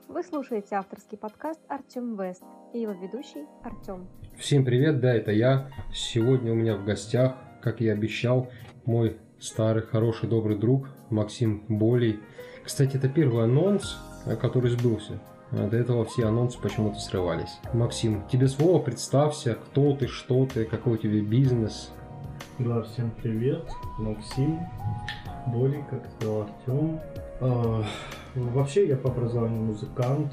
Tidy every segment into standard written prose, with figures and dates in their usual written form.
Вы слушаете авторский подкаст Артем Вест и его ведущий Артем. Всем привет, да, это я. Сегодня у меня в гостях, как я обещал, мой старый, хороший, добрый друг Максим Болей. Кстати, это первый анонс, который сбылся. До этого все анонсы почему-то срывались. Максим, тебе слово, представься, кто ты, что ты, какой у тебя бизнес. Да, всем привет, Максим Болей, как сказал Артем. Вообще я по образованию музыкант.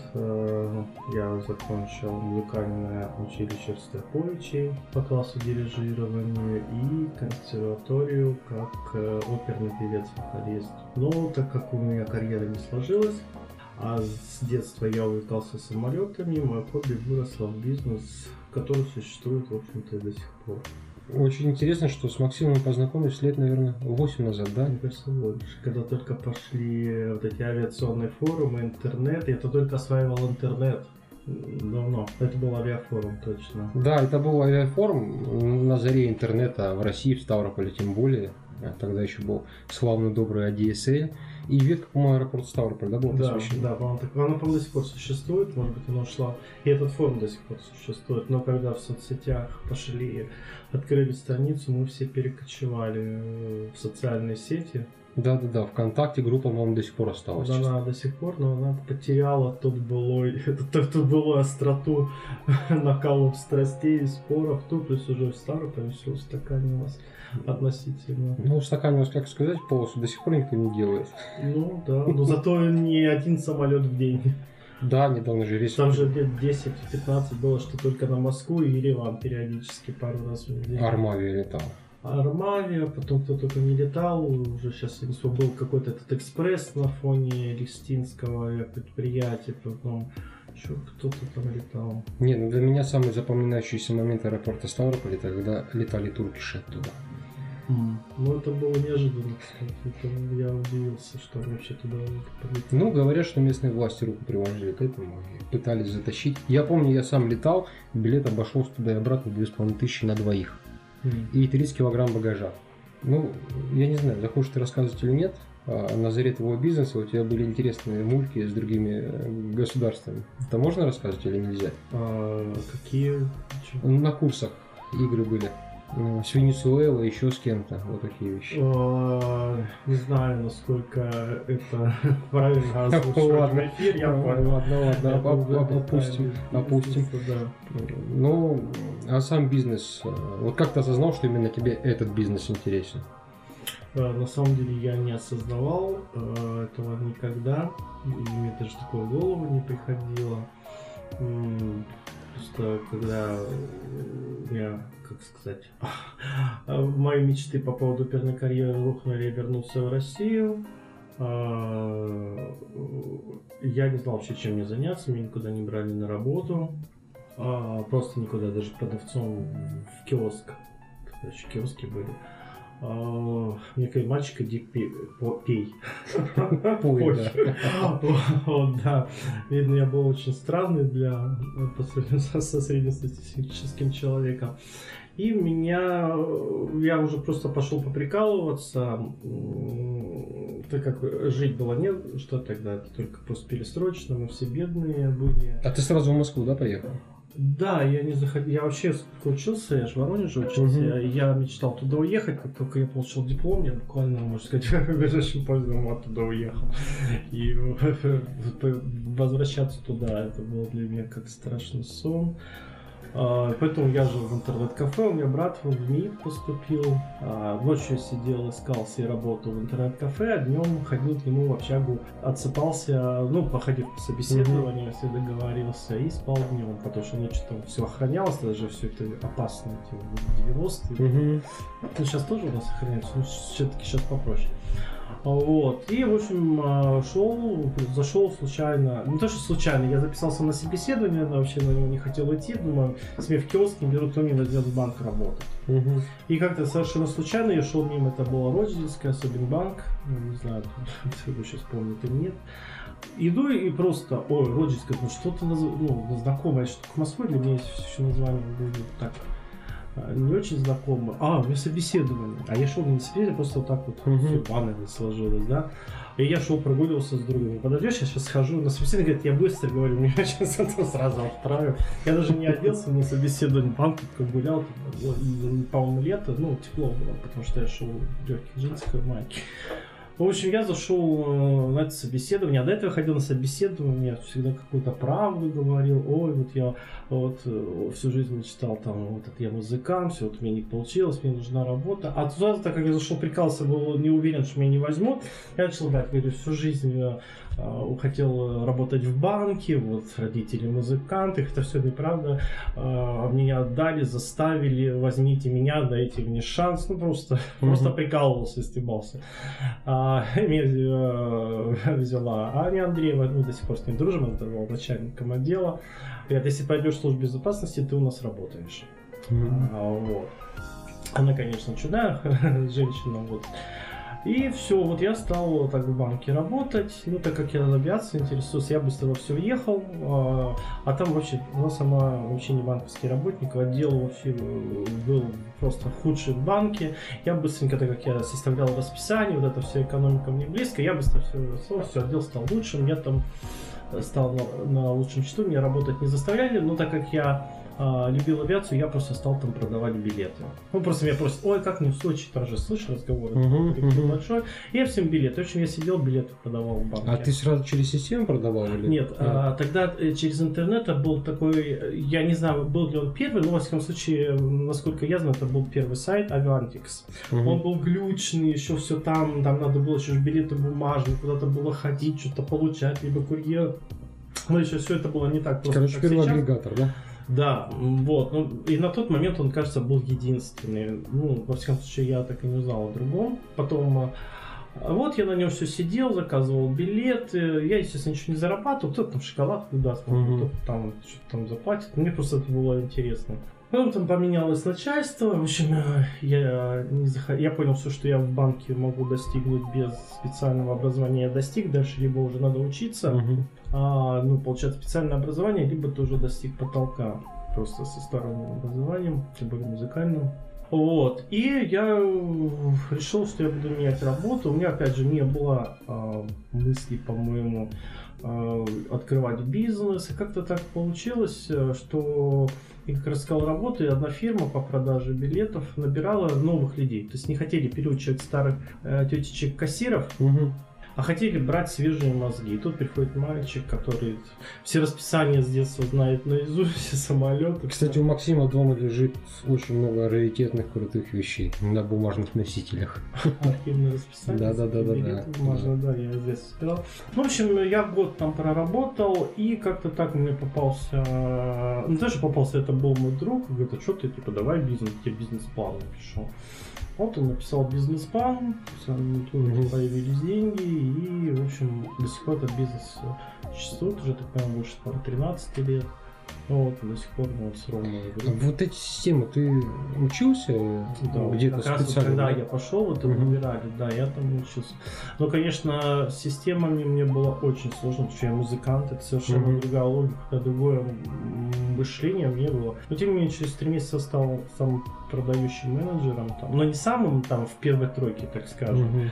Я закончил музыкальное училище в Степовиче по классу дирижирования и консерваторию как оперный певец-вокалист. Но так как у меня карьера не сложилась, а с детства я увлекался самолетами, мое хобби выросло в бизнес, который существует, в общем-то, и до сих пор. Очень интересно, что с Максимом познакомились лет, наверное, 8 назад, да? Мне кажется, больше. Когда только пошли вот эти авиационные форумы, интернет, я только осваивал интернет. Давно. Это был авиафорум, точно. Да, это был авиафорум на заре интернета в России, в Ставрополе тем более. Тогда еще был славный добрый ADSL. И ветка, по-моему, аэропорт Ставрополь, да, был посвящен? Да, по-моему, она, по-моему, до сих пор существует, может быть, она ушла. И этот форум до сих пор существует. Но когда в соцсетях пошли, открыли страницу, мы все перекочевали в социальные сети. Да, ВКонтакте группа, по-моему, до сих пор осталась. Да, она до сих пор, но она потеряла ту былую остроту накалов страстей и споров. Тут плюс уже в Ставрополе все устаканилось относительно. Ну, устаканилось, как сказать, полосу до сих пор никто не делает. Ну да, но зато не один самолет в день. Да, недавно же рейс. Там же лет 10-15 было, что только на Москву и Ереван периодически пару раз в день. Армавия летал. Армавия, потом кто только не летал, уже сейчас был какой-то этот экспресс на фоне Лихтинского предприятия, потом еще кто-то там летал. Не, ну для меня самый запоминающийся момент аэропорта Ставрополя, это когда летали туркиши оттуда. Ну это было неожиданно, кстати, это я удивился, что они вообще туда полетели. Ну, говорят, что местные власти руку приложили к этому и пытались затащить. Я помню, я сам летал, билет обошелся туда и обратно 2500 на двоих. И 30 килограмм багажа. Ну, я не знаю, захочешь ты рассказывать или нет, на заре твоего бизнеса у тебя были интересные мульки с другими государствами. Это можно рассказывать или нельзя? Какие? На курсах игры были. С Венесуэлой, еще с кем-то. Вот такие вещи. Не знаю, насколько это правильно озвучивать в эфир, я понял. Ладно, опустим. Ну, а сам бизнес, вот как ты осознал, что именно тебе этот бизнес интересен? На самом деле я не осознавал этого никогда, и мне даже такое в голову не приходило. Просто когда я, как сказать, мои мечты по поводу оперной карьеры рухнули, я вернулся в Россию. Я не знал вообще, чем мне заняться, меня никуда не брали на работу. Просто никуда, даже продавцом в киоск. Тогда еще киоски были. Мне говорит, мальчик, иди пей. Пой, да. Видно, я был очень странный по сравнению со среднестатистическим человеком. И я уже просто пошел поприкалываться, так как жить было нет, что тогда, это только просто пересрочно, мы все бедные были. А ты сразу в Москву, да, поехал? Да, я не захотел. Я вообще учился, я же в Воронеже учился. Я мечтал туда уехать, как только я получил диплом, я буквально, можно сказать, ближайшим поездом оттуда уехал. И возвращаться туда, это было для меня как страшный сон. Поэтому я жил в интернет-кафе, у меня брат в МИД поступил. Ночью сидел, искал себе работу в интернет-кафе, а днем ходил к нему в общагу, отсыпался, походив по собеседованию, все договорился и спал днем, потому что ночью там все охранялось, даже все это опасно, эти 90-е. Ну, сейчас тоже у нас охраняется, но все-таки сейчас попроще. Вот. И, в общем, зашел случайно, не то что случайно, я записался на собеседование, я вообще на него не хотел идти, думаю, если меня в киоск не берут, то мне возьмет в банк работать. И как-то совершенно случайно я шел мимо, это была Рочдельская, Собинбанк, не знаю, вы сейчас помните или нет. Иду и просто, Рочдельская, что-то знакомое, что в Москве для меня есть еще название, так. не очень знакомые. У меня собеседование. А я шел на собеседование, просто вот так вот все банально сложилось, да. И я шел, прогуливался с другими. Подождешь, я сейчас схожу на собеседование, говорит, я быстро говорю, меня сейчас это сразу отправят. Я даже не оделся на собеседование, в банке гулял, и, по-моему, лето, тепло было, потому что я шел в легких джинсах и в майке. В общем, я зашел на это собеседование, а до этого ходил на собеседование, всегда какую-то правду говорил, я всю жизнь мечтал, я музыкант, все, у меня не получилось, мне нужна работа. А туда, так как я зашел, прикался, был не уверен, что меня не возьмут, я начал говорю, всю жизнь хотел работать в банке, родители музыканты, это все неправда, меня отдали, заставили, возьмите меня, дайте мне шанс, просто прикалывался и стебался. Меня взяла Аня Андреева, до сих пор с ней дружим, она была начальником отдела. Говорят, если пойдешь в службу безопасности, ты у нас работаешь. Она, конечно, чудная женщина, И все, я стал так в банке работать, так как я авиацией интересуюсь, я быстро во все въехал, а там вообще, сама вообще не банковский работник, отдел вообще был просто худший в банке. Я быстренько, так как я составлял расписание, эта вся экономика мне близко, я быстро все отдел стал лучшим, я там стал на лучшем счету, меня работать не заставляли, но так как я любил авиацию, я просто стал там продавать билеты. Просто меня просят, как мне в Сочи, там же слышишь разговоры, большой. И я всем билеты. В общем, я сидел, билеты продавал в банке. А ты сразу через систему продавал? Или? Нет, тогда через интернет был такой, я не знаю, был ли он первый, но во всяком случае, насколько я знаю, это был первый сайт Aviantix. Он был глючный, еще все там надо было еще билеты бумажные, куда-то было ходить, что-то получать, либо курьер. Еще все это было не так просто. Короче, первый агрегатор, да? Да, и на тот момент он, кажется, был единственный. Во всяком случае, я так и не узнал о другом. Потом, я на нем все сидел, заказывал билеты. Я, естественно, ничего не зарабатывал. Кто-то там шоколадку даст, кто-то там что-то заплатит. Мне просто это было интересно. Потом там поменялось начальство. В общем, я понял все, что я в банке могу достигнуть без специального образования. Я достиг, дальше либо уже надо учиться, получать специальное образование, либо ты уже достиг потолка просто со сторонним образованием, либо музыкальным. И я решил, что я буду менять работу. У меня, опять же, не было мысли, по-моему, открывать бизнес. И как-то так получилось, что я как раз искал работу, и одна фирма по продаже билетов набирала новых людей. То есть не хотели переучивать старых тетечек-кассиров, а хотели брать свежие мозги. И тут приходит мальчик, который все расписания с детства знает наизусть, все самолеты. Кстати, у Максима дома лежит очень много раритетных крутых вещей на бумажных носителях. Архивное расписание. Да. Бумажное, да, я здесь собирал. В общем, я год там проработал, и как-то так мне попался... это был мой друг, говорит, а что ты, давай бизнес, тебе бизнес-план напишу. Он написал бизнес-план, появились деньги, и, в общем, до сих пор этот бизнес существует, уже, так понимаю, больше 13 лет. До сих пор с ровно. Эти системы, ты учился где-то как раз специально? Когда я пошел, это выбирали, я там учился. Но, конечно, с системами мне было очень сложно, потому что я музыкант, это совершенно другая логика, другое мышление мне было. Но, тем не менее, через 3 месяца стал самым продающим менеджером, но не самым в первой тройке, так скажем.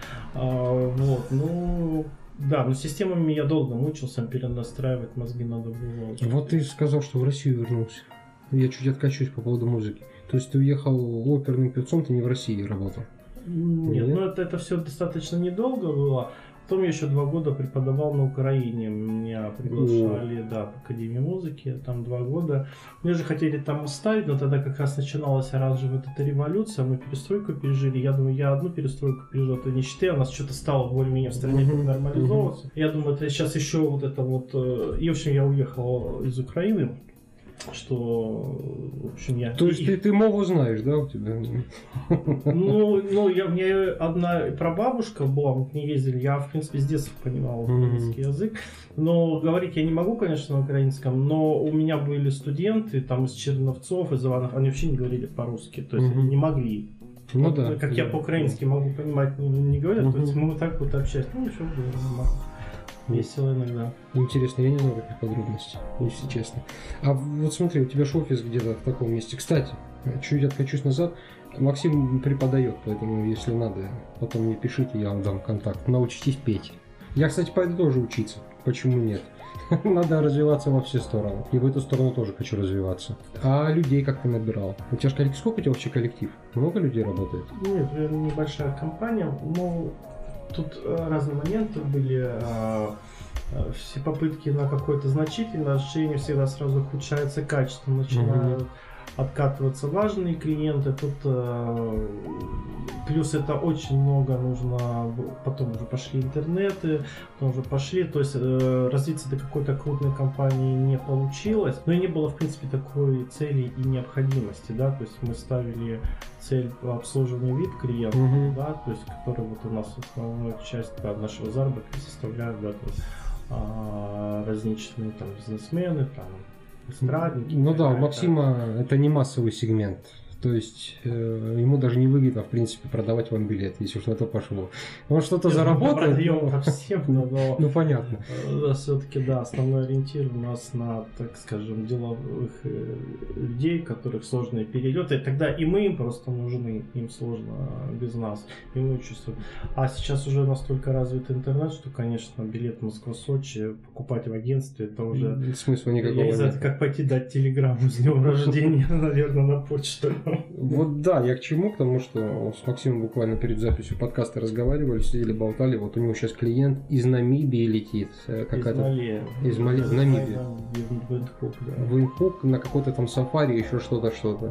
Да, но системами я долго мучился, перенастраивать мозги надо было. Ты сказал, что в Россию вернулся. Я чуть откачусь по поводу музыки. То есть ты уехал оперным певцом, ты не в России работал? Нет, это все достаточно недолго было. Потом я еще 2 года преподавал на Украине. Меня приглашали в Академию музыки, там 2 года. Мне же хотели там оставить, но тогда как раз начиналась оранжевая революция, мы перестройку пережили. Я думаю, я одну перестройку пережил, это нищеты, у нас что-то стало более-менее в стране нормализовываться. Я думаю, это сейчас еще И, в общем, я уехал из Украины. Что, в общем, я... То есть ты мову знаешь, да, у тебя? У меня одна прабабушка была, мы к ней ездили, я, в принципе, с детства понимал украинский язык, но говорить я не могу, конечно, на украинском, но у меня были студенты там из Черновцов, из Иванов, они вообще не говорили по-русски, то есть не могли. Как я по-украински могу понимать, не говорят, то есть мы вот так вот общались, ничего было нормально. весело иногда. Интересно, я не знаю таких подробностей, если честно. А вот смотри, у тебя же офис где-то в таком месте. Кстати, чуть откачусь назад, Максим преподает, поэтому если надо, потом мне пишите, я вам дам контакт. Научитесь петь. Я, кстати, пойду тоже учиться. Почему нет? Надо развиваться во все стороны. И в эту сторону тоже хочу развиваться. А людей как ты набирал? У тебя же коллектив, сколько у тебя вообще коллектив? Много людей работает? Нет, небольшая компания, но тут разные моменты были. Все попытки на какое-то значительное расширение всегда сразу ухудшается качество, начинают откатываться важные клиенты. Тут плюс это очень много нужно, потом уже пошли интернеты, потом уже пошли, то есть развиться до какой-то крупной компании не получилось, но и не было в принципе такой цели и необходимости, да, то есть мы ставили цель обслуживания VIP клиентов, да, то есть который вот у нас основная часть нашего заработка составляют, да, то есть, различные там бизнесмены, там эстрадники. Ну да, у Максима это не массовый сегмент. То есть ему даже не выгодно, в принципе, продавать вам билет, если уж на то пошло. Он что-то заработает. Продаем всем, но ну понятно. Все-таки, да, основной ориентир у нас на, так скажем, деловых людей, у которых сложные перелеты. Тогда и мы им просто нужны, им сложно без нас. И мы чувствуем. А сейчас уже настолько развит интернет, что, конечно, билет Москва-Сочи покупать в агентстве, это уже... Смысла никакого нет. Я не знаю, как пойти дать телеграмму с днем рождения, наверное, на почту. Вот да, я к чему? К тому, что с Максимом буквально перед записью подкаста разговаривали, сидели, болтали. Вот у него сейчас клиент из Намибии летит. Из Мали. В Намибию. В Инхук на какой-то там сафари, еще что-то.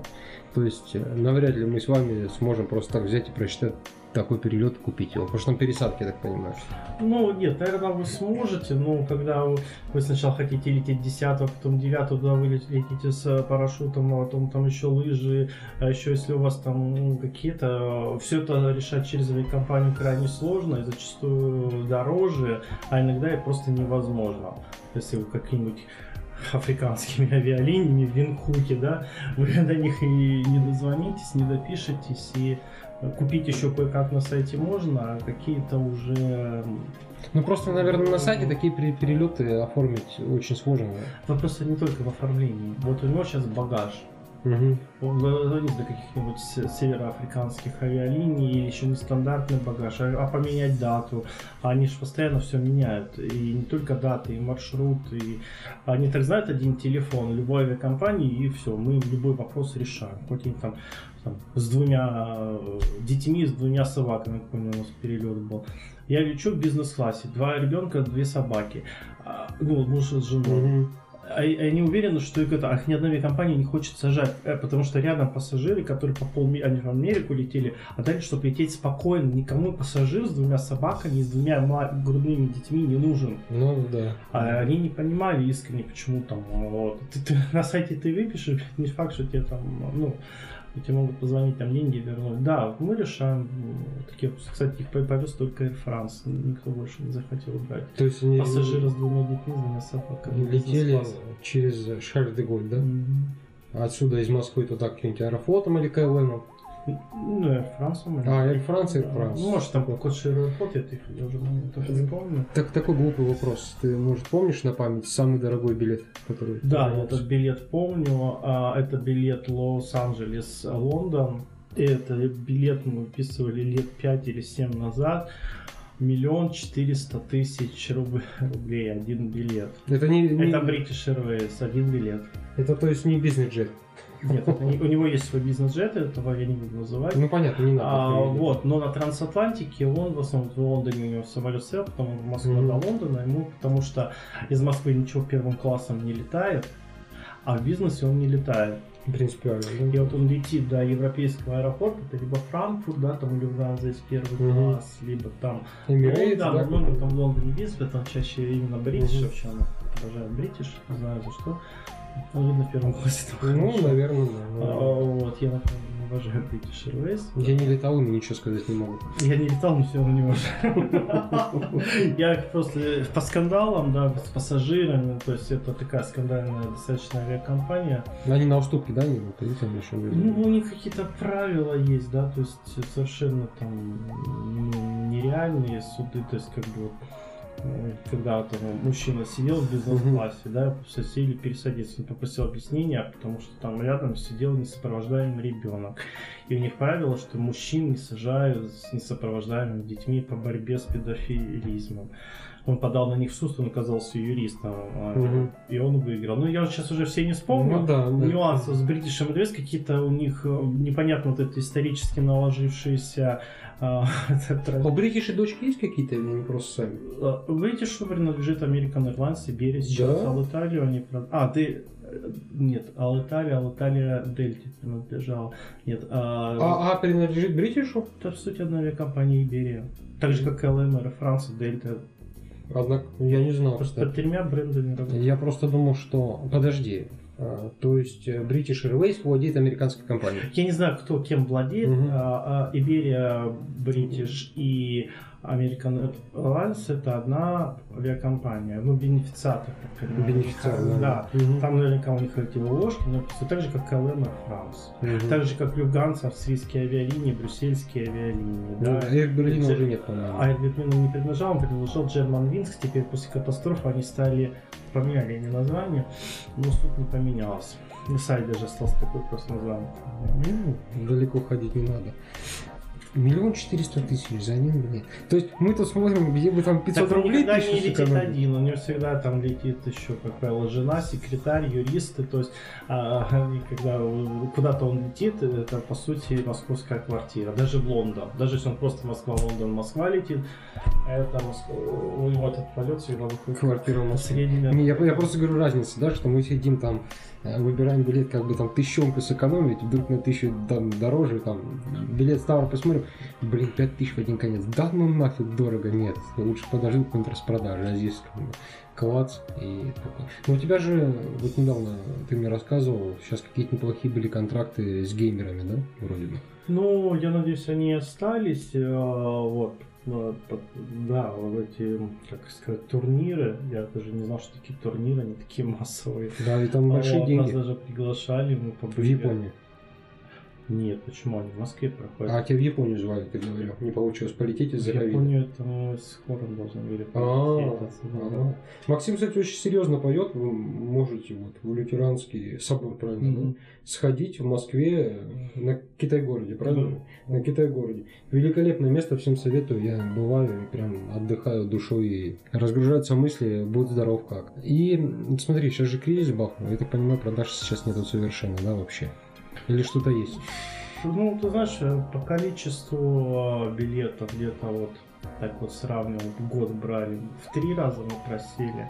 То есть навряд ли мы с вами сможем просто так взять и прочитать такой перелет, купить его. Потому что там пересадки, я так понимаю. Ну, нет, наверное, вы сможете, но когда вы сначала хотите лететь 10-го, потом 9-го, туда вы летите с парашютом, а потом там еще лыжи, а еще если у вас там какие-то... Все это решать через авиакомпанию крайне сложно и зачастую дороже, а иногда и просто невозможно. Если вы какие-нибудь африканскими авиалиниями в Виндхуке, да, вы до них и не дозвонитесь, не допишетесь, и купить еще кое-как на сайте можно, а какие-то уже... Ну просто, наверное, на сайте такие перелеты оформить очень сложно. Вопрос не только в оформлении. Вот у него сейчас багаж. Он звонит до каких-нибудь североафриканских авиалиний, или еще нестандартный багаж, а поменять дату. Они же постоянно все меняют. И не только даты, и маршрут. И они так знают один телефон любой авиакомпании, и все, мы любой вопрос решаем. Хоть они там с 2 детьми, с 2 собаками, как помню, у нас перелет был. Я лечу в бизнес-классе, 2 ребенка, 2 собаки. Ну, муж с женой. Они уверены, что их ни одна авиакомпания не хочет сажать, потому что рядом пассажиры, которые по полмира, они в Америку летели, а дальше, чтобы лететь спокойно, никому пассажир с 2 собаками и с 2 грудными детьми не нужен. Ну да. А они не понимали искренне, почему там вот, ты на сайте ты выпишешь, не факт, что тебе там, ну, тебе могут позвонить, там деньги вернуть. Да, мы решаем такие, кстати, их повез только Air France, никто больше не захотел брать. То есть они пассажиры с 2 детьми, с 2 собаками. Летели через Шарль-де-Голь, да? Отсюда из Москвы туда каким-нибудь Аэрофлотом или КЛМом? Ну, Air France. Air France. Ну, может, там какой-то Аэрофлот, я уже тоже не помню. Так, такой глупый вопрос. Ты, может, помнишь на память самый дорогой билет, который... Да, я этот билет помню. Это билет Лос-Анджелес-Лондон. Это билет мы выписывали лет 5 или 7 назад. 1 400 000 рублей один билет. Это не... Это British Airways, один билет. Это то есть не бизнес-джет? Нет, у него есть свой бизнес-джет, этого я не буду называть. Ну понятно, не надо. Вот, но на трансатлантике он в основном в Лондоне у него самолет сел, потом он в Москву до Лондона, ему, потому что из Москвы ничего первым классом не летает, а в бизнесе он не летает. Принципиально, да? И вот он летит до европейского аэропорта, это либо Франкфурт, да, там или здесь первый класс, либо там Emirates, Лондон, да, много там в Лондоне бизнес, там чаще именно British, вообще он обожает British, не знаю за что. Ну, видно в первом классе. Ну, наверное, да. Вот, я, например, обожаю British Airways. Я не летал, и ничего сказать не могу. Я не летал, но все равно не могу. Я просто по скандалам, да, с пассажирами, то есть это такая скандальная достаточно авиакомпания. Они на уступки, да, не идут, или там еще? Ну, у них какие-то правила есть, да, то есть совершенно там нереальные суды, то есть как бы когда там мужчина сидел в бизнес-классе, да, попросили пересадиться, он попросил объяснения, потому что там рядом сидел несопровождаемый ребенок. И у них правило, что мужчин не сажают с несопровождаемыми детьми по борьбе с педофилизмом. Он подал на них в суд, он оказался юристом, и он выиграл. Ну, я сейчас уже все не вспомню. Нюансы с British Airways, какие-то у них непонятно вот это исторически наложившиеся... У British дочки есть какие-то или они просто сами? British принадлежит American Airlines, Iberia сейчас, да? Alitalia они... Нет, Alitalia Дельте принадлежала. Нет. Принадлежит British? Это, в сути, одна авиакомпания Iberia. Так же, как LM, Air France, Delta. Однако, я не знал. Просто тремя брендами работают. Я просто думал, что... Подожди. То есть British Airways владеет американской компанией? Я не знаю, кто кем владеет. Iberia, British и American Airlines это одна авиакомпания. Ну, бенефициатор. Бенефициатор, да. Там наверняка у них эти ложки, но так же, как LM Air France. Так же, как Люфтганса, австрийские авиалинии, брюссельские авиалинии. Да. Air Berlin уже нет, по-моему. Air Berlin не принадлежал, он принадлежал Germanwings. Теперь после катастрофы они поменяли не название, но суть не поменялась. На сайте даже остался такой просто название. Далеко ходить не надо. 1 400 000 за один билет. То есть мы-то смотрим, где бы там 500 так рублей. Так не летит один, у него всегда там летит еще, как правило, жена, секретарь, юристы. То есть, когда куда-то он летит, это по сути московская квартира. Даже в Лондон. Даже если он просто Москва-Лондон, Москва летит, это у него этот полет всегда выходит. Квартира в Москве. Я просто говорю разницу, да, что мы сидим там, выбираем билет, как бы там 1000 сэкономить, вдруг на 1000 там дороже, там билет Ставр посмотрим, 5000 в один конец. Да ну нафиг дорого, нет. Лучше подожду какой-нибудь распродажи, а здесь клац и такое. Но у тебя же, вот недавно ты мне рассказывал, сейчас какие-то неплохие были контракты с геймерами, да, вроде бы? Ну, я надеюсь, они остались, вот. Да, вот эти, как сказать, турниры, я даже не знал, что такие турниры, они такие массовые. Да, и там большие деньги. Нас даже приглашали, мы побыли. В Японии? Нет, почему они в Москве проходят? А тебя в Японию звали, ты говорил, не получилось полететь из-за ковида. В Японию это мы с хором должны были полететь. Максим, кстати, очень серьезно поет, вы можете вот в лютеранский собор, правильно, да? Сходить в Москве на Китай-городе, правильно? На Китай-городе. Великолепное место, всем советую, я бываю и прям отдыхаю душой и разгружаются мысли, будь здоров как. И смотри, сейчас же кризис бахнул, я так понимаю, продаж сейчас нету совершенно, да, вообще? Или что-то есть? Ну, ты знаешь, по количеству билетов где-то вот так вот сравнивал, в год брали, в 3 раза мы просили,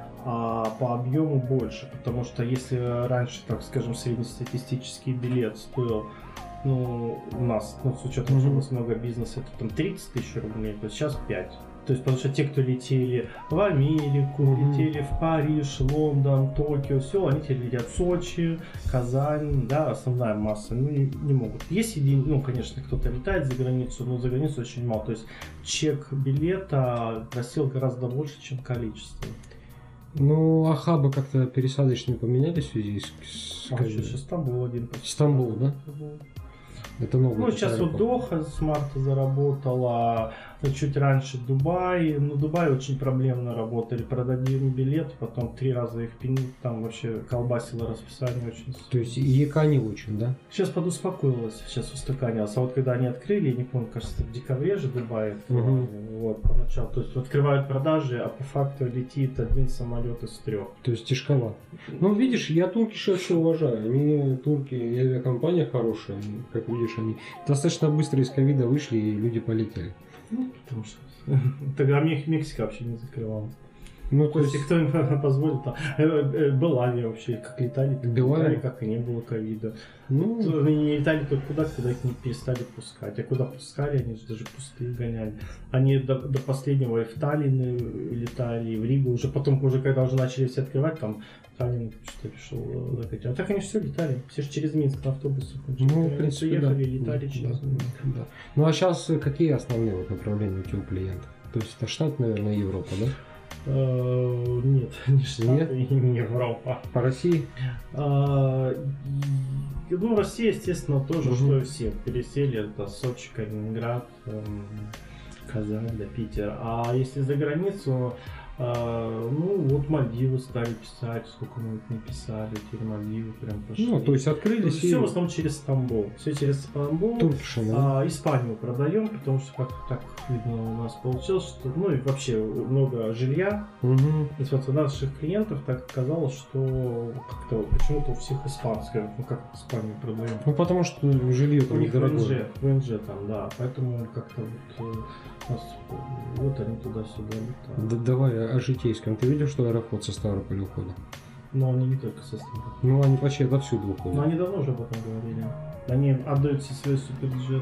а по объему больше, потому что если раньше, так скажем, среднестатистический билет стоил, ну, у нас, ну, с учетом, что у нас много бизнеса, это там 30 000 рублей, то сейчас 5. То есть, потому что те, кто летели в Америку, летели в Париж, Лондон, Токио, все, они теперь летят в Сочи, Казань, да, основная масса, ну, не могут. Есть деньги, ну, конечно, кто-то летает за границу, но за границу очень мало. То есть, чек билета просил гораздо больше, чем количество. Ну, а хабы как-то пересадочные поменялись в связи с сейчас Стамбул один. Стамбул, да? Это новый. Ну, сейчас вот Доха с марта заработала, чуть раньше Дубай. Ну, Дубай очень проблемно работали. Продадим билет, потом 3 раза их пенить, там вообще колбасило расписание очень. То есть ЕК не очень, да? Сейчас подуспокоилась, сейчас устаканилась. А вот когда они открыли, я не помню, кажется, в декабре же Дубай открывали. Вот, поначалу. То есть открывают продажи, а по факту летит один самолет из 3. То есть тяжковато. Ну, видишь, я Turkish вообще уважаю. Они, турки, и авиакомпания хорошая, как видишь, они достаточно быстро из ковида вышли и люди полетели. Ну, потому что тогда Мексика вообще не закрывалась. Ну, то есть кто им позволил, там Белавия вообще, как летали, как и не было ковида. Ну, они летали только туда, когда их не перестали пускать. А куда пускали, они же даже пустые гоняли. Они до последнего и в Таллин летали, и в Ригу. Уже потом, когда уже начали все открывать, там Таллин что-то решил закатить. А так они все летали. Все же через Минск на автобусах. Ну, в принципе, ехали, да. летали через Минск. Да. Ну, а сейчас какие основные вот направления у тебя у клиентов? То есть это Штат, наверное, Европа, да? Нет, не Штаты и не Европа. По России? Ну, Россия, естественно, тоже, что и все. Пересели, это Сочи, Калининград, Казань, да, Питер. А если за границу, ну, вот Мальдивы стали писать, сколько мы их не писали, теперь Мальдивы прям пошли. Ну, то есть открылись все в основном через Стамбул. Все через Стамбул. Туркишина. Испанию продаем, потому что как так видно у нас получилось, что, ну и вообще много жилья. И вот у наших клиентов так оказалось, что как-то почему-то у всех испанское, ну как в Испанию продаем. Ну потому что жилье там недорогое. ВНЖ там, да, поэтому как-то вот они туда-сюда летают. Да, давай о житейском. Ты видел, что Аэрофлот со Ставрополя уходит? Но они не только со Ставрополя. Ну они почти отовсюду уходят. Но они давно уже об этом говорили. Они отдают все свои супербюджеты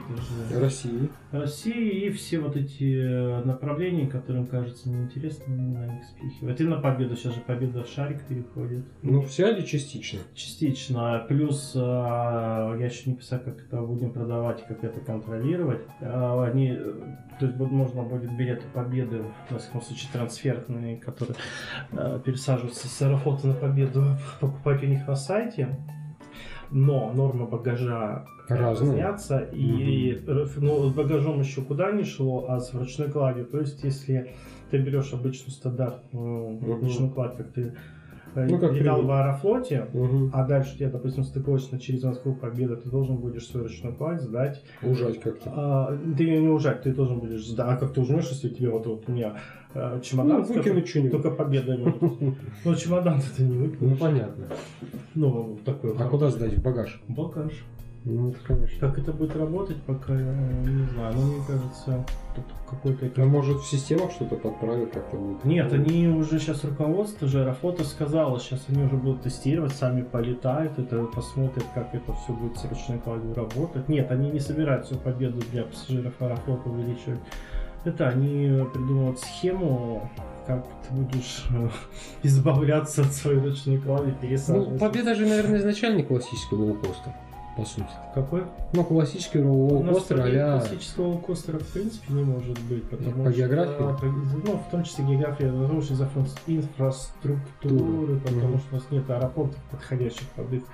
России и все вот эти направления, которым кажется неинтересными, на них спихивают. И на Победу, сейчас же Победа в Шарик переходит. Ну вся или частично? Частично. Плюс я еще не писал, как это будем продавать, как это контролировать. Они, то есть можно будет билеты Победы, в всяком случае трансферные, которые пересаживаются с Аэрофлота на Победу, покупать у них на сайте. Но нормы багажа разнятся, и ну, с багажом еще куда ни шло, а с ручной кладью. То есть, если ты берешь обычную стандартную ручную кладь, как ты летал в Аэрофлоте, а дальше тебе, допустим, стыковочно через Москву Победу, ты должен будешь свою ручную кладь сдать. Ужать как-то. Ты ее не ужать, ты должен будешь сдать. А как ты ужмешь, если тебе вот у меня чемодан, выкинуть что-нибудь. Только Победа. Ну, чемодан ты не выкинешь. Ну, понятно. Ну, такой. А куда сдать? В багаж? В багаж. Ну, это, конечно. Как это будет работать, пока я не знаю. Но мне кажется, тут какой-то... А может в системах что-то подправить как-то будет? Нет, они уже сейчас руководство же Аэрофлота сказало, сейчас они уже будут тестировать, сами полетают, это посмотрят, как это все будет с ручной кладью работать. Нет, они не собираются Победу для пассажиров Аэрофлота увеличивать. Это они придумывают схему, как ты будешь избавляться от своей ручной клади, пересаживать. Ну, Победа же, наверное, изначально не классический лоукостер, по сути. Какой? Ну, классический лоукостер а-ля... Классического лоукостера в принципе не может быть, потому по что... географии? Ну, в том числе география, потому что из-за инфраструктуры, потому что у нас нет аэропортов, подходящих под их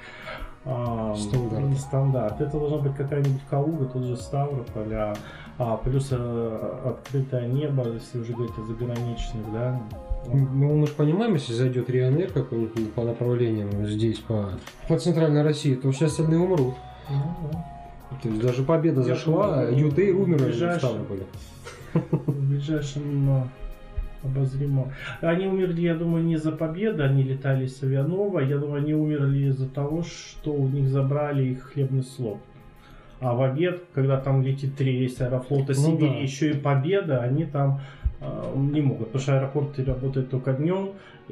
стандарт. Это должна быть какая-нибудь Калуга, тот же Ставрополь, плюс открытое небо, если уже говорить о заграничных, да. Ну, мы же понимаем, если зайдет Ryanair какой-нибудь по направлениям здесь, по Центральной России, то все остальные умрут. То есть даже Победа зашла, Юдей умер в Ставрополе. В ближайшем обозримо. Они умерли, я думаю, не из-за Победы, они летали с Авианова. Я думаю, они умерли из-за того, что у них забрали их хлебный слот. А в обед, когда там летит 3 рейса Аэрофлота Сибирь, еще и Победа, они там не могут, потому что аэропорты работают только днем,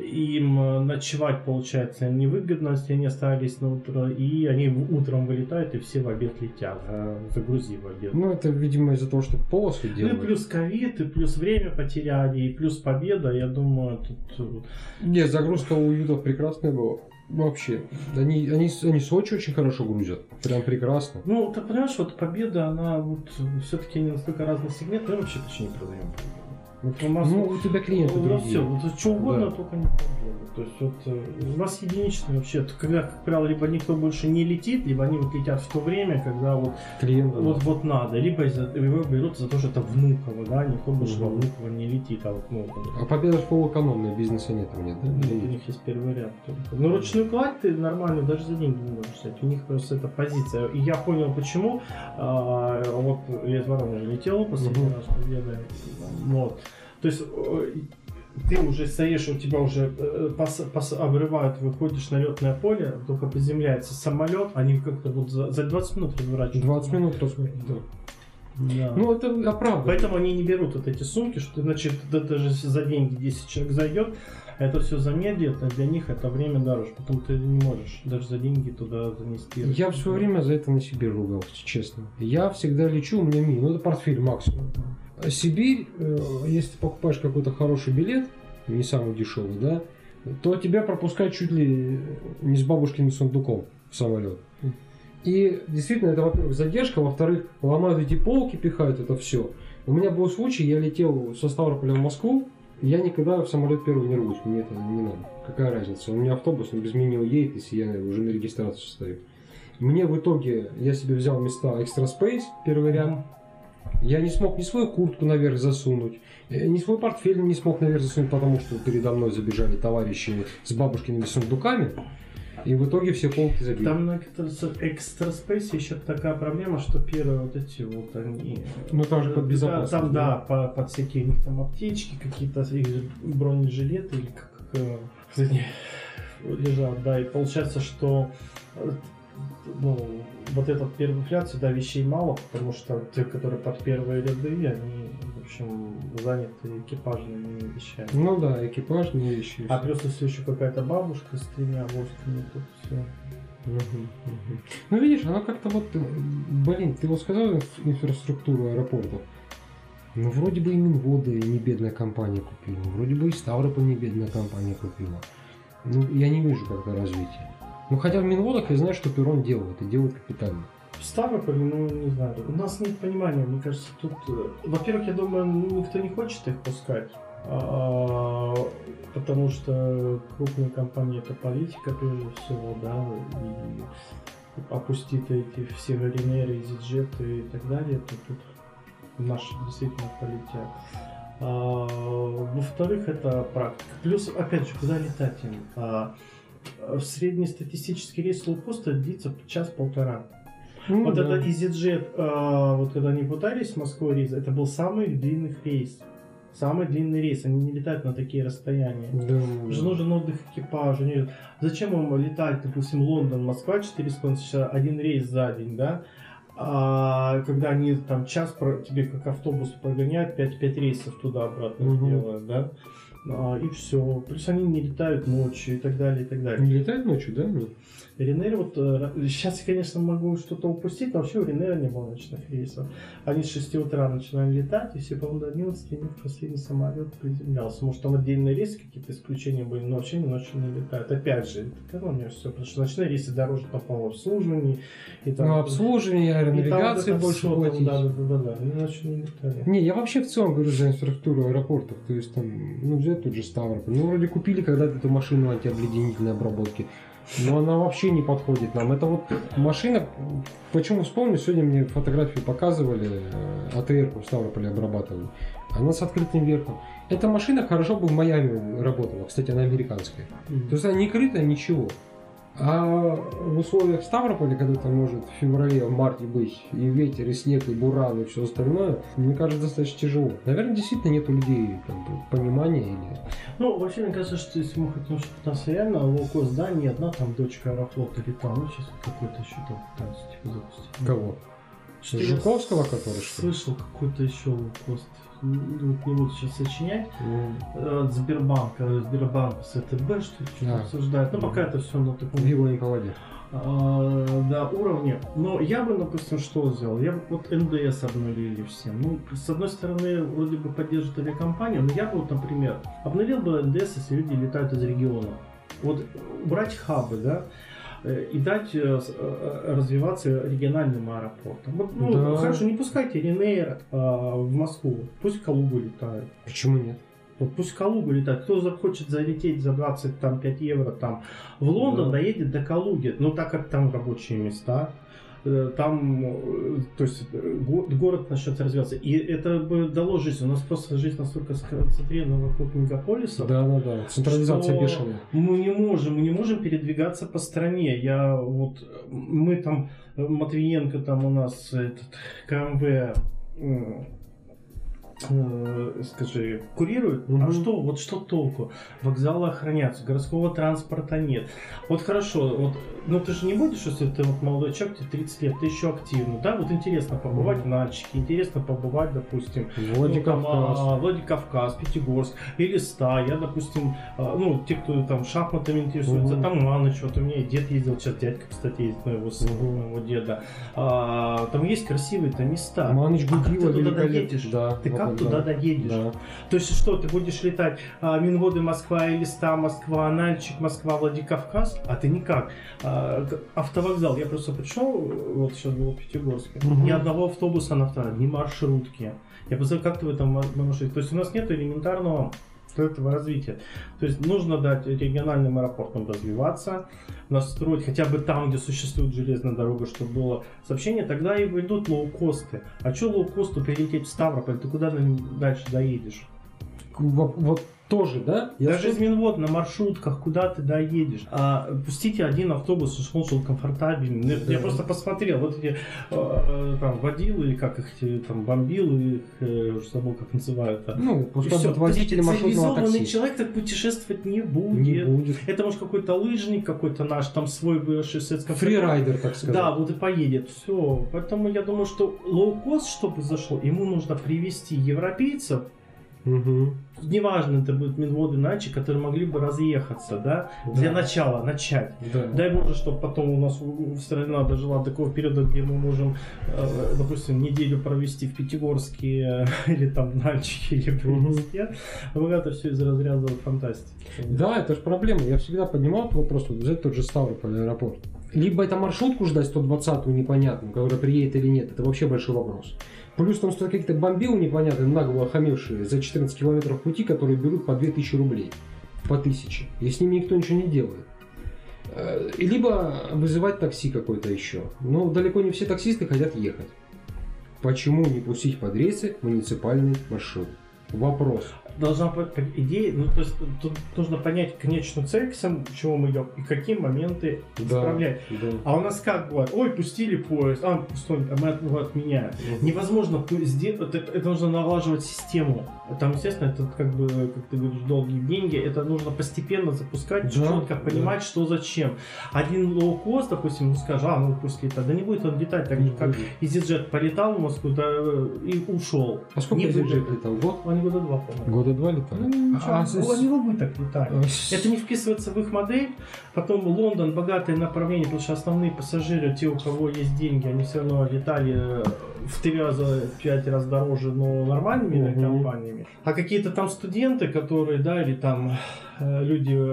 им ночевать, получается, невыгодно, если они остались на утро, и они утром вылетают, и все в обед летят, загрузив в обед. Ну, это, видимо, из-за того, что полосу делают. Ну, и плюс ковид, и плюс время потеряли, и плюс Победа, я думаю, тут... Нет, загрузка у ютов прекрасная была. Вообще, они Сочи очень хорошо грузят, прям прекрасно. Ну, ты понимаешь, вот Победа, она вот все-таки не настолько разный сегмент, мы вообще почти не продаем Победу. Вот у тебя клиенты другие. Все, вот что угодно, да. Только не Победа. То есть вот у нас единичные вообще, когда, как правило, либо никто больше не летит, либо они вот летят в то время, когда вот клиент, вот надо, либо его берут за то, что это Внуково, да, никто больше во Внуково не летит, а вот А Победа же полуэкономная, бизнеса нет у них, да? Нет, у них есть первый ряд только. Но ручную кладь ты нормально даже за деньги не можешь взять, у них просто эта позиция. И я понял почему, вот я из Воронежа летел последний раз Победы, вот. То есть ты уже стоишь, у тебя уже обрывают, выходишь на летное поле, только приземляется самолет, они как-то будут за 20 минут разворачиваются. 20 минут разворачиваются, да. Да. Ну это оправдано. Поэтому они не берут вот эти сумки, что значит даже за деньги 10 человек зайдет, это все замедлит, а для них это время дороже, потому ты не можешь даже за деньги туда занести. Я в свое время за это на Сибирь ругался, честно. Я всегда лечу, у меня мини, ну это портфель максимум. Сибирь, если ты покупаешь какой-то хороший билет, не самый дешевый, да, то тебя пропускают чуть ли не с бабушкиным сундуком в самолет. И действительно, это, во-первых, задержка, во-вторых, ломают эти полки, пихают это все. У меня был случай, я летел со Ставрополя в Москву, я никогда в самолет первый не рвусь, мне это не надо. Какая разница? У меня автобус, он без меня уедет, если я уже на регистрацию стою. Мне в итоге, я себе взял места Extra Space, первый ряд, Я не смог ни свою куртку наверх засунуть, ни свой портфель не смог наверх засунуть, потому что передо мной забежали товарищи с бабушкиными сундуками, и в итоге все полки забили. Там на Extra Space еще такая проблема, что первые вот эти вот они... Ну там же под безопасность. Там, да, под всякие у них там аптечки, какие-то бронежилеты, или как лежат, да, и получается, что ну, вот этот первый ряд, сюда вещей мало, потому что те, которые под первые ряды, они, в общем, заняты экипажными вещами. Ну да, экипажные вещи. А плюс если еще какая-то бабушка с 3 авоськами, тут все. Ну видишь, она как-то вот, блин, ты вот сказал инфраструктуру аэропортов. Ну вроде бы и Минводы не бедная компания купила, вроде бы и Ставрополь не бедная компания купила. Ну я не вижу как-то развития. Ну хотя в Минводах я знаю, что Перрон делает, и делает капитально. В Ставрополе, ну не знаю, у нас нет понимания, мне кажется, тут... Во-первых, я думаю, никто не хочет их пускать, потому что крупные компании это политика прежде всего, да, и опустить эти все Ryanair, EasyJet и так далее, то тут наши действительно полетят. Во-вторых, это практика. Плюс, опять же, куда летать им? Среднестатистический рейс лоукоста длится час-полтора. Ну, вот да. это EasyJet, вот когда они пытались с Москвы рейс, это был самый длинный рейс. Самый длинный рейс, они не летают на такие расстояния. Да. Уже нужен отдых экипажу. Зачем им летать, допустим, Лондон, Москва 4,5 часа, один рейс за день, да? А когда они там час тебе как автобус прогоняют, 5 рейсов туда-обратно делают, да? И все. Плюс они не летают ночью и так далее, и так далее. Не летают ночью, да? Ryanair, вот сейчас, конечно, могу что-то упустить, но вообще у Ryanair не было ночных рейсов. Они с 6 утра начинали летать, и все, по-моему, до 11 у них последний самолет приземлялся. Может, там отдельные рейсы, какие-то исключения были, но вообще ночью не летают. Опять же, это экономия все, потому что ночные рейсы дороже по обслуживанию. И там, обслуживание, аэронавигации больше платить. Да, они ночью не летали. Не, я вообще в целом говорю за инфраструктуру аэропортов. То есть там, ну взять тут же Ставрополь. Ну вроде купили когда-то эту машину антиобледенительной обработки. Но она вообще не подходит нам. Это вот машина, почему вспомню, сегодня мне фотографию показывали, АТР-ку в Ставрополе обрабатывали. Она с открытым верхом. Эта машина хорошо бы в Майами работала, кстати, она американская. То есть она не крытая, ничего. А в условиях Ставрополя, когда там может в феврале, в марте быть и ветер, и снег, и буран, и все остальное, мне кажется, достаточно тяжело. Наверное, действительно нет у людей понимания или... Ну, вообще, мне кажется, что если мы хотим, чтобы у нас реально лоукост, да, не одна там дочка Аэрофлота летала, ну, сейчас какой-то еще там пытаются типа запустить. Кого? Что Жуковского, который что ли? слышал какой-то еще лоукост. Не буду сейчас сочинять. От Сбербанка с ВТБ что-то обсуждают. Ну, пока это все на таком... Вилла не поводит. Да, уровне. Но я бы, допустим, что сделал? Я бы вот НДС обнулили всем. Ну, с одной стороны, вроде бы поддержит авиакомпанию, но я бы, вот, например, обнулил бы НДС, если люди летают из региона. Вот убрать хабы, да, и дать развиваться региональным аэропортам. Вот, ну, да. Хорошо, не пускайте Ryanair в Москву, пусть в Калугу летают. Почему нет? Вот пусть в Калугу летает. Кто захочет залететь за 25 евро там, в Лондон, доедет до Калуги. Но так как там рабочие места, там, то есть город начнет развиваться. И это бы дало жизнь. У нас просто жизнь настолько сконцентрирована вокруг мегаполиса. Да. Централизация бешеная. Мы не можем передвигаться по стране. Мы там, Матвиенко там у нас, КМВ, скажи, курирует, а что толку? Вокзалы охраняются, городского транспорта нет. Вот хорошо, но ты же не будешь, если ты вот молодой человек, тебе 30 лет, ты еще активный, да? Вот интересно побывать в Нальчике, интересно побывать, допустим, Владикавказ, Пятигорск, Элиста. Я, допустим, те, кто там шахматами интересуется, там Маныч, вот у меня дед ездил, сейчас дядька, кстати, ездит, моего деда. Там есть красивые-то места. Маныч Гудила, ты туда доедешь? Да. Ты как туда доедешь? Да. То есть что, ты будешь летать Минводы Москва, Элиста, Москва, Нальчик, Москва, Владикавказ, а ты никак. Автовокзал, я просто пришел, вот сейчас был в Пятигорске, ни одного автобуса на втором, ни маршрутки. Я посмотрел, как ты в этом маршруте. То есть у нас нет элементарного этого развития. То есть нужно дать региональным аэропортам развиваться, настроить хотя бы там, где существует железная дорога, чтобы было сообщение, тогда и выйдут лоукосты. А что лоукосту перелететь в Ставрополь, ты куда дальше доедешь? Вот тоже, да? Даже из Минвод на маршрутках, куда ты доедешь. Пустите один автобус, чтобы он шел комфортабельный. Да. Я просто посмотрел, вот эти там водилы, или как их там бомбилы, уже забыл, как называют. Ну, пускай водители маршрутного такси. Цивилизованный человек так путешествовать не будет. Это может какой-то лыжник, какой-то наш там свой бывший советский фрирайдер, так сказать. Да, вот и поедет. Все. Поэтому я думаю, что лоукост, чтобы зашло, ему нужно привести европейцев. Угу. Неважно, это будут Минводы, иначе, которые могли бы разъехаться, да? Для начала начать. Да. Дай Боже, чтобы потом у нас страна дожила до такого периода, где мы можем, допустим, неделю провести в Пятигорске или там в Нальчике или в Брянске. Это все из разряда фантастики. Да, это же проблема. Я всегда поднимал этот вопрос, вот взять тот же Ставрополь аэропорт. Либо это маршрутку ждать 120-ю непонятную, которая приедет или нет, это вообще большой вопрос. Плюс там стоят какие-то бомбилы непонятные, нагло охамевшие за 14 километров пути, которые берут по 2000 рублей. По 1000. И с ними никто ничего не делает. Либо вызывать такси какое-то еще. Но далеко не все таксисты хотят ехать. Почему не пустить под рейсы муниципальный маршрут? Вопрос. Должна быть идея, ну то есть тут нужно понять конечную цель, к чему мы идем и какие моменты исправлять. Да. А у нас как бывает, ой, пустили поезд, пустой, мы его отменяем. Невозможно сделать, это нужно налаживать систему. Там, естественно, это как бы, как ты говоришь, долгие деньги, это нужно постепенно запускать, четко понимать, что зачем. Один лоукост, допустим, скажет, пусть летает, да не будет он летать, так же как EasyJet полетал в Москву, да, и ушел. А сколько EasyJet летал? Год? Они года 2, по-моему. Года 2 летали? Они могут так летать. Это не вписывается в их модель. Потом Лондон, богатое направление, потому что основные пассажиры, те, у кого есть деньги, они все равно летали в 3 раза, 5 раз дороже, но нормальными компаниями. А какие-то там студенты, которые, да, или там люди,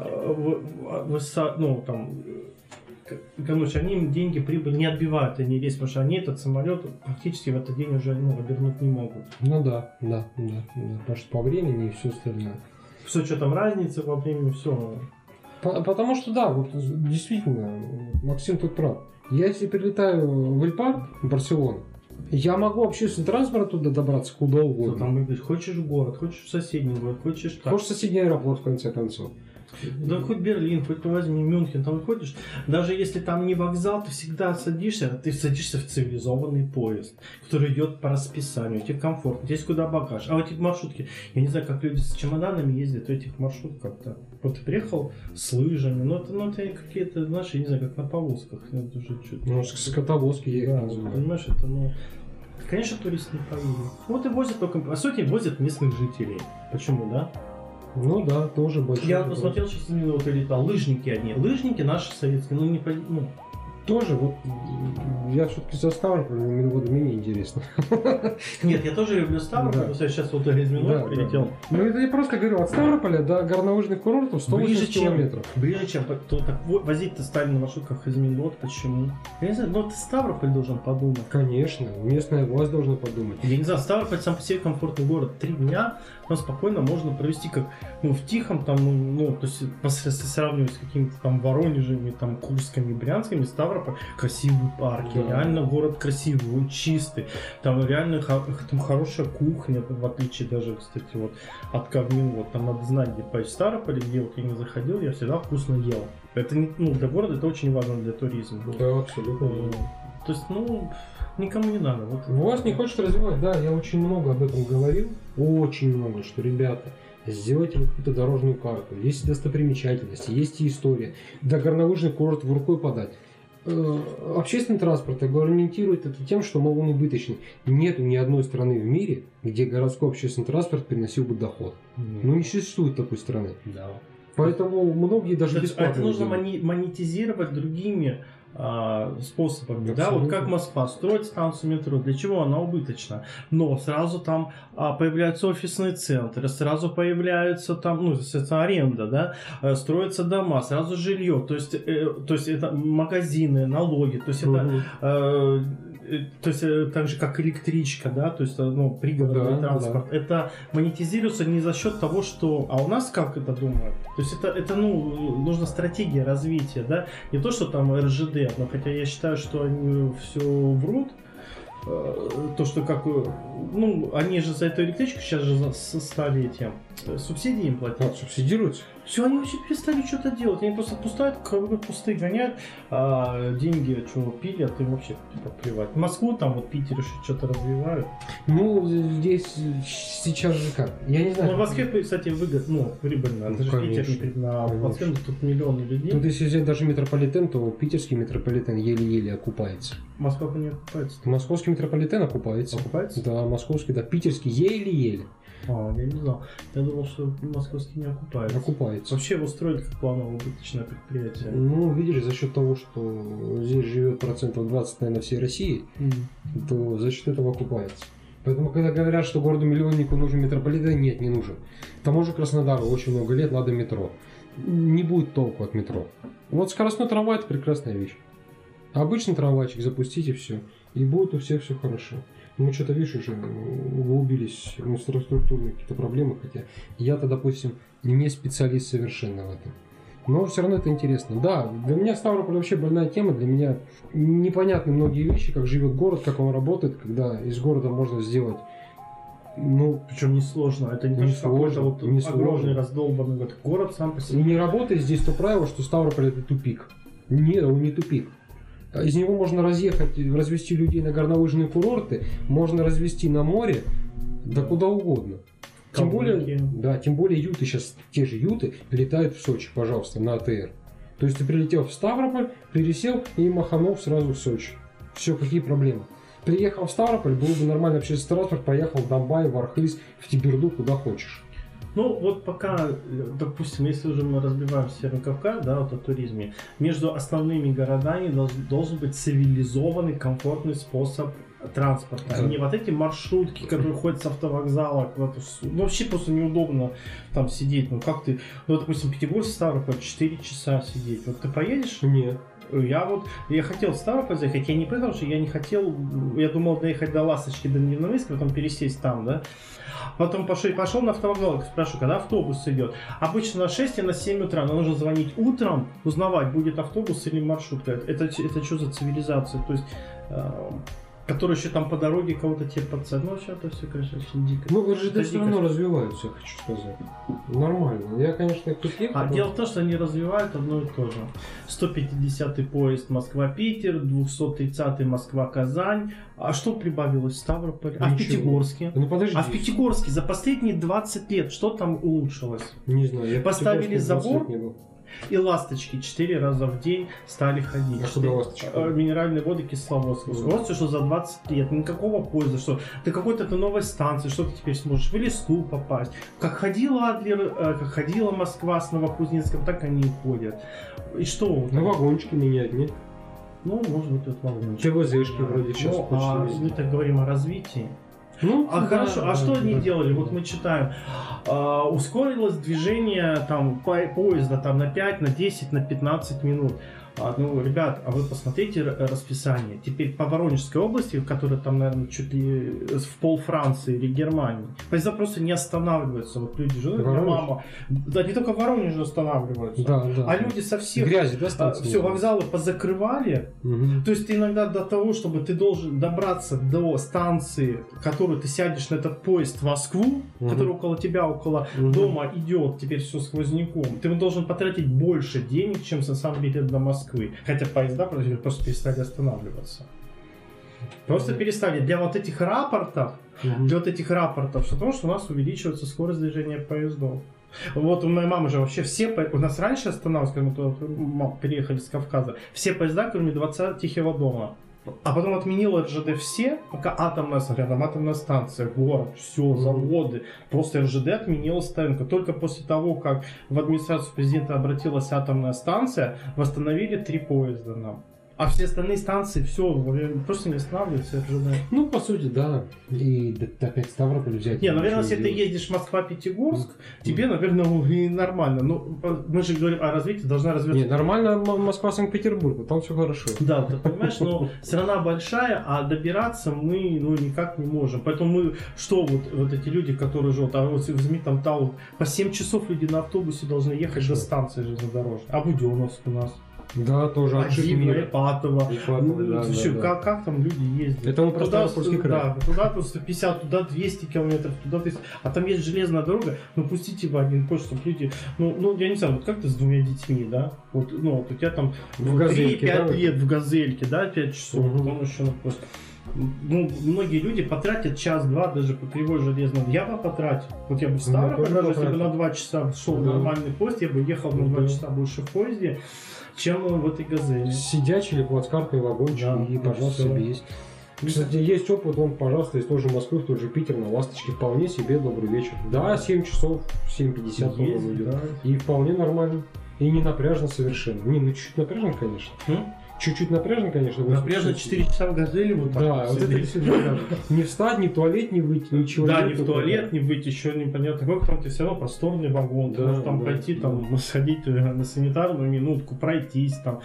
короче, они им деньги, прибыль не отбивают, они есть, потому что они этот самолет практически в этот день уже обернуть не могут. Ну да. Потому что по времени и все остальное. Все, что там разница во времени, все. Потому что да, вот действительно, Максим тут прав. Я если прилетаю в Эль-Парк, в Барселону, я могу общественным транспортом туда добраться куда угодно. Что там, хочешь в город, хочешь в соседний город, хочешь так. Хочешь в соседний аэропорт, в конце концов. Да хоть Берлин, хоть возьми Мюнхен, там выходишь, даже если там не вокзал, ты всегда садишься в цивилизованный поезд, который идет по расписанию, тебе комфортно, здесь куда багаж. А вот эти маршрутки, я не знаю, как люди с чемоданами ездят в этих маршрутках-то. Вот ты приехал с лыжами, это какие-то, знаешь, я не знаю, как на повозках. Это уже что-то... скотовозки я их называю. Понимаешь, это, конечно, турист не поедет. Вот и возят только, по сути, возят местных жителей. Почему, да? Ну да, тоже больше. Я посмотрел сейчас именно летал. Лыжники одни. Лыжники наши советские, Тоже, вот я все-таки за Ставрополь, Минводы менее интересно. Нет, я тоже люблю Ставрополь, я сейчас вот из Минвода прилетел. Ну это я просто говорю, от Ставрополя до горнолыжных курортов 180 километров. Ближе, чем возить-то стали на маршрутках из Минвод, почему? Я не знаю, но Ставрополь должен подумать. Конечно, местная власть должна подумать. Я не знаю, Ставрополь сам по себе комфортный город. 3 дня там спокойно можно провести как в Тихом, там, то есть сравнивать с какими-то там Воронежами, там, Курскими, Брянскими, Ставрополь красивые парки, реально город красивый, он чистый, там реально там хорошая кухня, в отличие даже, кстати, вот от Кавмин, вот там надо знать, где поесть в Ставрополе, где вот я не заходил, я всегда вкусно ел. Это для города это очень важно для туризма. Да, абсолютно. То есть, никому не надо. Вас не хочет развивать, да, я очень много об этом говорил, очень много, что, ребята, сделайте какую-то дорожную карту, есть достопримечательности, есть и история, до горнолыжный курорт в рукой подать. Общественный транспорт регламентирует это тем, что, мол, он убыточный. Нету ни одной страны в мире, где городской общественный транспорт приносил бы доход. Не существует такой страны. Да. Поэтому многие даже бесплатно. Это нужно монетизировать другими способами. Да? Вот как Москва строит станцию метро, для чего она убыточна? Но сразу там появляются офисные центры, сразу появляются там, соответственно, аренда, да? Строятся дома, сразу жилье, то есть это магазины, налоги, то есть это то есть так же как электричка, да, то есть пригородный транспорт, это монетизируется не за счет того, что, а у нас как это думают, то есть это нужна стратегия развития, да, не то, что там РЖД, но хотя я считаю, что они все врут. То, что они же за эту электричку сейчас же стали этим субсидии им платить. Субсидируются? Все, они вообще перестали что-то делать. Они просто пустые гоняют, деньги пилят, им вообще плевать. Москву там, Питер еще что-то развивают. Здесь сейчас же как? Я не знаю. В Москве, кстати, выгодно, прибыльно. Это же Питер, в Москве тут миллионы людей. Тут если взять даже метрополитен, то питерский метрополитен еле-еле окупается. Москва не окупается. Московский метрополитен окупается. Окупается? Да, московский, да. Питерский еле-еле. Я не знал. Я думал, что московский не окупается. Окупается. Вообще его строят как планово-убыточное предприятие. Видишь, за счет того, что здесь живет 20%, наверное, всей России, то за счет этого окупается. Поэтому, когда говорят, что городу-миллионнику нужен метрополитен, нет, не нужен. Тому же Краснодару очень много лет надо метро. Не будет толку от метро. Вот скоростной трамвай – это прекрасная вещь. Обычный трамвайчик запустите, все. И будет у всех все хорошо. Мы что-то, видишь, уже углубились в инфраструктурные какие-то проблемы, хотя я-то, допустим, не специалист совершенно в этом. Но все равно это интересно. Да, для меня Ставрополь вообще больная тема, для меня непонятны многие вещи, как живет город, как он работает, когда из города можно сделать... Причем несложно. Это не сложно, какой-то огромный раздолбанный город сам по себе. И не работает здесь то правило, что Ставрополь это тупик. Нет, он не тупик. Из него можно развести людей на горнолыжные курорты, можно развести на море, да куда угодно. Тем более юты сейчас, те же юты, летают в Сочи, пожалуйста, на АТР. То есть ты прилетел в Ставрополь, пересел и маханул сразу в Сочи. Все, какие проблемы? Приехал в Ставрополь, был бы нормальный общественный транспорт, поехал в Донбай, в Архыз, в Теберду, куда хочешь. Пока, допустим, если уже мы разбиваем Северный Кавказ, да, о туризме, между основными городами должен быть цивилизованный, комфортный способ транспорта. А не вот эти маршрутки, которые ходят с автовокзала. Вообще просто неудобно там сидеть. Допустим, Пятигорск, Ставрополь, 4 часа сидеть. Ты поедешь? Нет. Я хотел в Ставрополь заехать, я не поехал, что я не хотел, я думал доехать до Ласточки, до Невновыска, потом пересесть там, да. Потом пошел на автовокзал, спрашиваю, когда автобус идет. Обычно на 6 и на 7 утра, но нужно звонить утром, узнавать, будет автобус или маршрутка. Это что за цивилизация? То есть, которые еще там по дороге кого-то тебе подсадят. Сейчас это все, конечно, очень дико. РЖД все равно развиваются, хочу сказать. Нормально. Я, конечно, тут ехал. Дело в том, что они развивают одно и то же. 150-й поезд Москва-Питер, 230-й Москва-Казань. А что прибавилось в Ставрополе? А в Пятигорске? Подожди. А в Пятигорске за последние 20 лет что там улучшилось? Не знаю. Поставили забор. И ласточки 4 раза в день стали ходить. А что за ласточки? Минеральные воды Кисловодск. Просто что за 20 лет. Никакого поезда. Что ты какой-то новой станции. Что ты теперь сможешь в Элисту попасть. Как ходила Адлер, как ходила Москва с Новокузнецком, так они и ходят. И что? Вагончики менять, нет? Может быть, это вагончики. ТВЗшки вроде сейчас. Мы так говорим о развитии. Хорошо, а что они делали? Мы читаем, ускорилось движение поезда на 5, на 10, на 15 минут. Ребят, а вы посмотрите расписание. Теперь по Воронежской области, которая там, наверное, чуть ли в пол Франции или Германии, поезда просто не останавливаются. Люди живут, мама. Да, не только в Воронеже останавливаются. Да. А люди со всех грязи, да, все вокзалы позакрывали. Угу. То есть ты иногда до того, чтобы ты должен добраться до станции, в которую ты сядешь на этот поезд в Москву, который около тебя, около дома идет, теперь все сквозняком, ты должен потратить больше денег, чем за сам билет до Москвы. Хотя поезда просто перестали останавливаться. Просто перестали. Для вот этих рапортов, потому что у нас увеличивается скорость движения поездов. У моей мамы же вообще у нас раньше останавливались, когда мы переехали с Кавказа, все поезда, кроме Дворца Тихого дома. А потом отменила РЖД все, пока рядом атомная станция, город, все, заводы. Просто РЖД отменила стоянку. Только после того, как в администрацию президента обратилась атомная станция, восстановили 3 поезда нам. А все остальные станции, все, просто не останавливаются. Ну, по сути, да. И опять Ставрополь взять. Не, наверное, если ты ездишь Москва-Пятигорск, тебе, наверное, и нормально. Ну, мы же говорим о развитии, должна развиваться. Не, нормально Москва-Санкт-Петербург, там все хорошо. Да, ты понимаешь, но страна большая, а добираться мы никак не можем. Поэтому мы, что вот эти люди, которые живут, а вот возьми там Талу, по 7 часов люди на автобусе должны ехать до станции железнодорожной. А Буденновск у нас. Да, тоже Адивна, Ипатово. Да. Как там люди ездят? Это мы про Ставропольский край. Да, туда 150, туда 200 километров, туда 300. А там есть железная дорога, ну пустите в один поезд, чтобы люди... Ну, я не знаю, вот как ты с 2 детьми, да? Вот, ну, вот у тебя там 3-5 лет в газельке, да, 5 часов, потом еще на поезд. Ну, многие люди потратят час-два даже по кривой железной. Я бы потратил. Вот я бы в Ставрополь, даже если бы на 2 часа шел нормальный поезд, я бы ехал на 2 часа больше в поезде, чем в этой газели. Сидячий или плацкартный вагончик, да, и, пожалуйста, себе есть. Кстати, есть опыт, он, пожалуйста, из той же Москвы, в тот же Питер, на «Ласточке», вполне себе добрый вечер. Да, 7 часов, 7:50 идет. Да. И вполне нормально. И не напряжно совершенно. Не, ну чуть-чуть напряжно, конечно. Чуть-чуть напряжно, конечно. Напряжно 4 часа в газели вот так. Да, вот это действительно. Не встать, ни в туалет не выйти, ничего. Да, ни в туалет не выйти, еще непонятно. Как там тебе все равно просторный вагон. Ты можешь там пойти, там, сходить на санитарную минутку, пройтись там,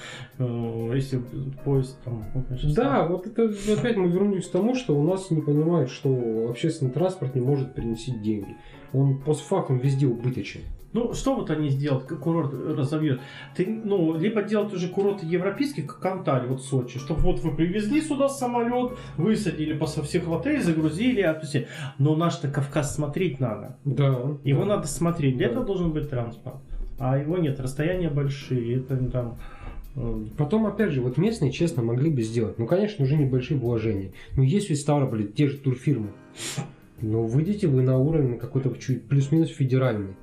если поезд там. Да, вот это опять мы вернулись к тому, что у нас не понимают, что общественный транспорт не может приносить деньги. Он постфактум везде убыточен. Ну, что вот они сделают, как курорт разовьют? Ты, ну, либо делать уже курорты европейские, как Анталия, вот Сочи, чтобы вот вы привезли сюда самолет, высадили со всех в отель, загрузили, отпустили. Но наш-то Кавказ смотреть надо. Да. Его надо смотреть. Для этого должен быть транспорт. А его нет, расстояния большие, это там... Потом, опять же, вот местные, честно, могли бы сделать. Ну, конечно, уже небольшие вложения. Но есть ведь в Ставрополе те же турфирмы. Но выйдите вы на уровень какой-то чуть плюс-минус федеральный.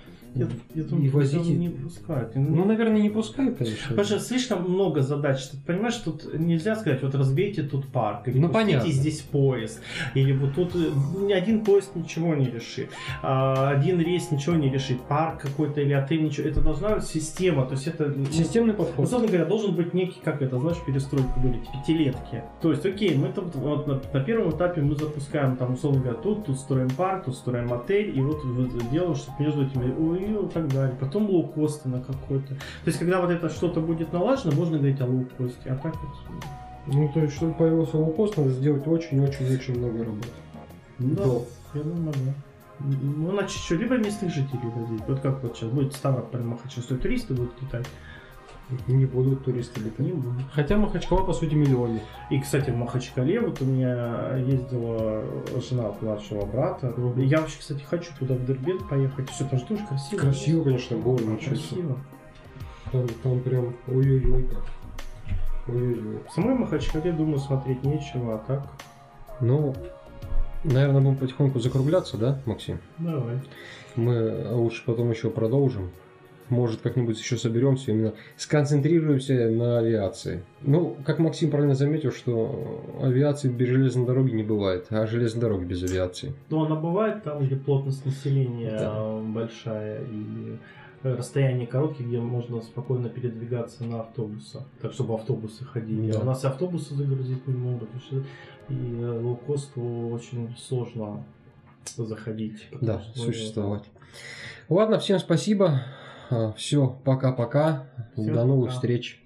И возите... не пускают. Ну, наверное, не пускают, конечно. Потому что слишком много задач. Ты понимаешь, тут нельзя сказать, вот разбейте тут парк, или пустите здесь поезд, или вот тут ни один поезд ничего не решит, один рейс ничего не решит, парк какой-то или отель ничего. Это должна быть система, то есть это... Системный подход. Условно говоря, должен быть некий, как это, знаешь, перестройку были, пятилетки. То есть, окей, мы там, вот, на первом этапе мы запускаем, там, условно говоря, тут строим парк, тут строим отель, и вот делаем, чтобы между этими... и так далее. Потом лоукосты на какой-то. То есть, когда вот это что-то будет налажено, можно говорить о лоукосте. А так вот... Ну, то есть, чтобы появился лоукост, надо сделать очень-очень-очень много работы. Да, я думаю, да. Ну, иначе что, либо местных жителей возить. Вот как вот сейчас будет Ставрополь, Махачкала, туристы будут летать. Не будут туристы летать. Не будут. Хотя Махачкала, по сути, миллионник. И, кстати, в Махачкале вот у меня ездила жена от младшего брата. Я вообще, кстати, хочу туда в Дербент поехать. Все там же тоже красиво. Красиво, конечно, горы, ничего себе. Там прям ой-ой-ой как. Ой-ой-ой. В самой Махачкале, думаю, смотреть нечего, а так... Ну, наверное, будем потихоньку закругляться, да, Максим? Давай. Мы лучше потом еще продолжим. Может, как-нибудь еще соберемся, именно сконцентрируемся на авиации. Ну, как Максим правильно заметил, что авиации без железной дороги не бывает, а железной дороги без авиации. Но она бывает там, где плотность населения большая и расстояние короткие, где можно спокойно передвигаться на автобусах, так чтобы автобусы ходили. Да. У нас и автобусы загрузить не могут, и лоукосту очень сложно заходить. Да, существовать. Ладно, всем спасибо. Все, пока-пока. До новых встреч.